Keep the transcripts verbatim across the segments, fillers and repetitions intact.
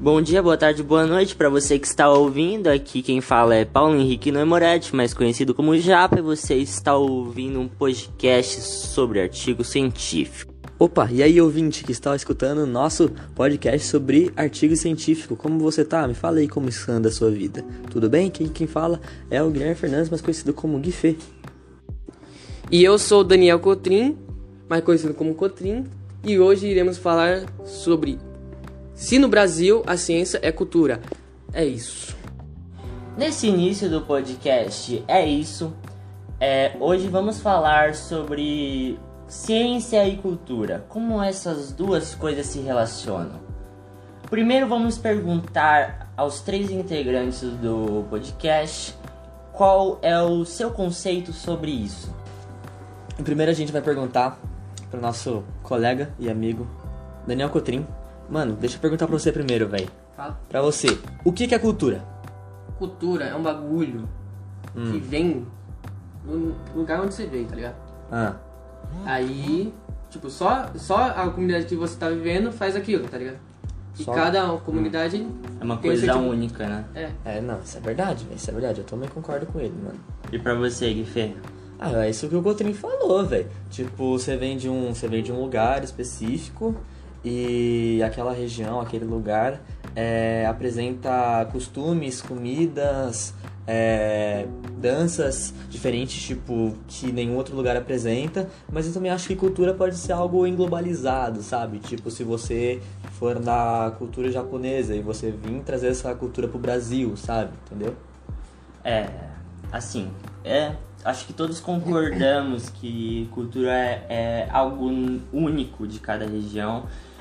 Bom dia, boa tarde, boa noite para você que está ouvindo. Aqui quem fala é Paulo Henrique Noemoretti, mais conhecido como Japa, e você está ouvindo um podcast sobre artigo científico. Opa, e aí ouvinte que está escutando o nosso podcast sobre artigo científico, como você tá? Me fala aí como anda a sua vida. Tudo bem? Quem, quem fala é o Guilherme Fernandes, mais conhecido como Gui Fê. E eu sou o Daniel Cotrim, mais conhecido como Cotrim, e hoje iremos falar sobre se no Brasil a ciência é cultura. É isso. Nesse início do podcast, é isso. É, hoje vamos falar sobre ciência e cultura, como essas duas coisas se relacionam. Primeiro vamos perguntar aos três integrantes do podcast qual é o seu conceito sobre isso. Primeiro a gente vai perguntar para o nosso colega e amigo Daniel Cotrim. Mano, deixa eu perguntar pra você primeiro, velho. Fala. Pra você, o que, que é cultura? Cultura é um bagulho Hum. que vem no lugar onde você veio, tá ligado? Ah, Aí, tipo, só, só a comunidade que você tá vivendo faz aquilo, tá ligado? E Só- cada comunidade É uma tem o coisa seu tipo- única, né? É. é, não, isso é verdade, velho, isso é verdade, eu também concordo com ele, mano. E pra você, Guifê? Ah, é isso que o Cotrim falou, velho. Tipo, você vem de um, você vem de um lugar específico e aquela região, aquele lugar é, apresenta costumes, comidas, é, danças diferentes, tipo, que nenhum outro lugar apresenta. Mas eu também acho que cultura pode ser algo englobalizado, sabe? Tipo, se você for na cultura japonesa e você vir trazer essa cultura pro Brasil, sabe? Entendeu? É, assim, é, acho que todos concordamos que cultura é, é algo único de cada região.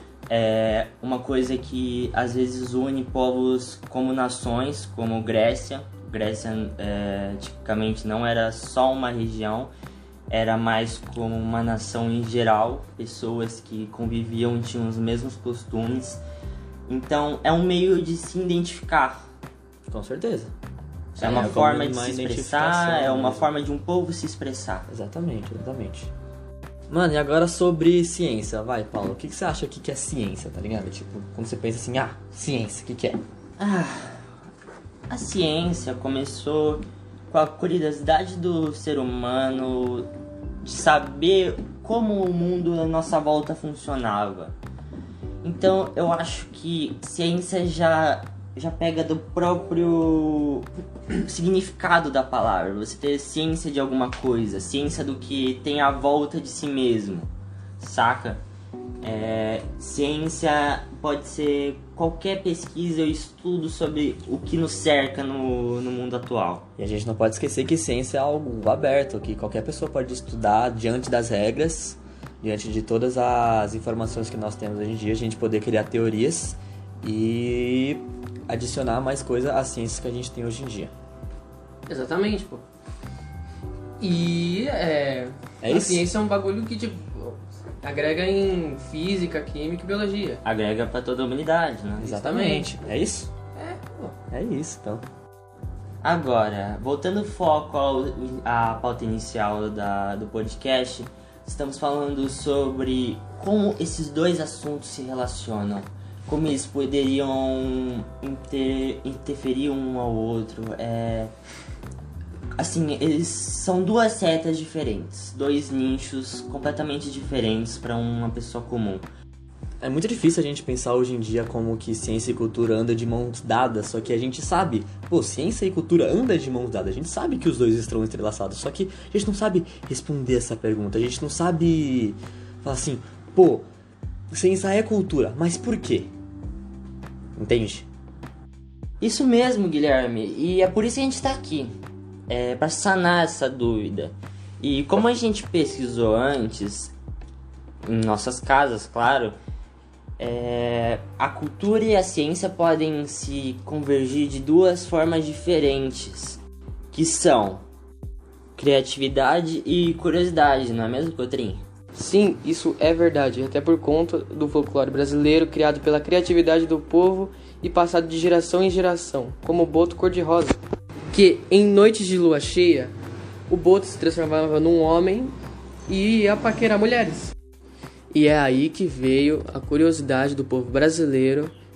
É uma coisa que às vezes une povos como nações, como Grécia. Grécia é, tipicamente não era só uma região, era mais como uma nação em geral, pessoas que conviviam e tinham os mesmos costumes. Então é um meio de se identificar. Com certeza. É uma É, forma como de uma se identificação expressar, é uma mesmo. forma de um povo se expressar. Exatamente, exatamente. Mano, e agora sobre ciência, vai, Paulo, o que, que você acha que, que é ciência, tá ligado? Tipo, quando você pensa assim, ah, ciência, o que, que é? Ah, a ciência começou com a curiosidade do ser humano de saber como o mundo à nossa volta funcionava. Então eu acho que ciência já, já pega do próprio significado da palavra. Você ter ciência de alguma coisa, ciência do que tem à volta de si mesmo, saca? É, ciência pode ser qualquer pesquisa ou estudo sobre o que nos cerca no, no mundo atual. E a gente não pode esquecer que ciência é algo aberto, que qualquer pessoa pode estudar diante das regras, diante de todas as informações que nós temos hoje em dia, a gente poder criar teorias e adicionar mais coisa às ciências que a gente tem hoje em dia. Exatamente, pô. E é, É a isso? ciência é um bagulho que, tipo, agrega em física, química e biologia. Agrega para toda a humanidade, né? Exatamente. É isso? É, pô. É isso, então. Agora, voltando o foco ao, à pauta inicial da, do podcast, estamos falando sobre como esses dois assuntos se relacionam, como eles poderiam inter, interferir um ao outro. É, assim, eles são duas setas diferentes, dois nichos completamente diferentes para uma pessoa comum. É muito difícil a gente pensar hoje em dia como que ciência e cultura andam de mãos dadas, só que a gente sabe, pô, ciência e cultura andam de mãos dadas, a gente sabe que os dois estão entrelaçados, só que a gente não sabe responder essa pergunta, a gente não sabe falar assim, pô, ciência é cultura, mas por quê? Entende? Isso mesmo, Guilherme, e é por isso que a gente está aqui, é, para sanar essa dúvida. E como a gente pesquisou antes, em nossas casas, claro, é, a cultura e a ciência podem se convergir de duas formas diferentes, que são criatividade e curiosidade, não é mesmo, Cotrim? Sim, isso é verdade, até por conta do folclore brasileiro criado pela criatividade do povo e passado de geração em geração, como o boto cor-de-rosa, que em noites de lua cheia, o boto se transformava num homem e ia paquerar mulheres. E é aí que veio a curiosidade do povo brasileiro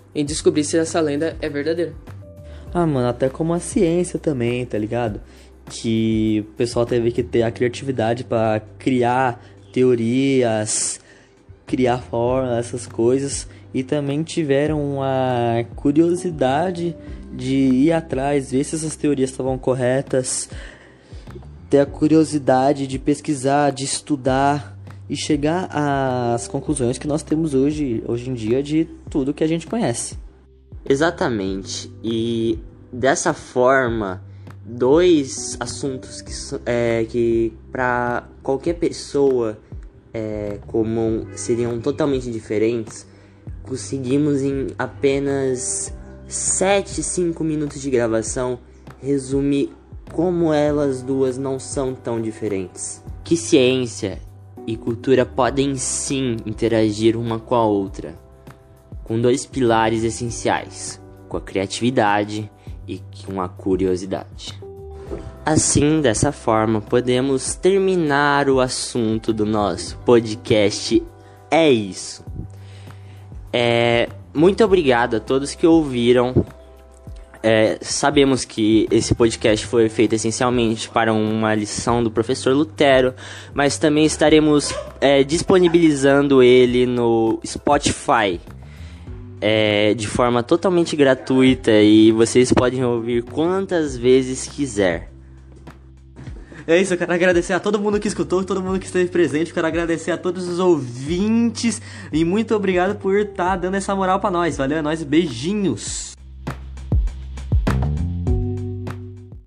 em descobrir se essa lenda é verdadeira. Ah, mano, até como a ciência também, tá ligado? Que o pessoal teve que ter a criatividade pra criar teorias, criar fórmulas, essas coisas. E também tiveram a curiosidade de ir atrás, ver se essas teorias estavam corretas. Ter a curiosidade de pesquisar, de estudar e chegar às conclusões que nós temos hoje, hoje em dia de tudo que a gente conhece. Exatamente. E dessa forma, dois assuntos que, é, que para qualquer pessoa é, comum seriam totalmente diferentes, conseguimos em apenas sete, cinco minutos de gravação resumir como elas duas não são tão diferentes. Que ciência e cultura podem sim interagir uma com a outra, com dois pilares essenciais, com a criatividade e com a curiosidade. Assim, dessa forma, podemos terminar o assunto do nosso podcast. É isso. É, muito obrigado a todos que ouviram. É, sabemos que esse podcast foi feito essencialmente para uma lição do professor Lutero, mas também estaremos é, disponibilizando ele no Spotify é, de forma totalmente gratuita e vocês podem ouvir quantas vezes quiser. É isso, eu quero agradecer a todo mundo que escutou, todo mundo que esteve presente, quero agradecer a todos os ouvintes e muito obrigado por estar dando essa moral pra nós, valeu, é nóis, beijinhos!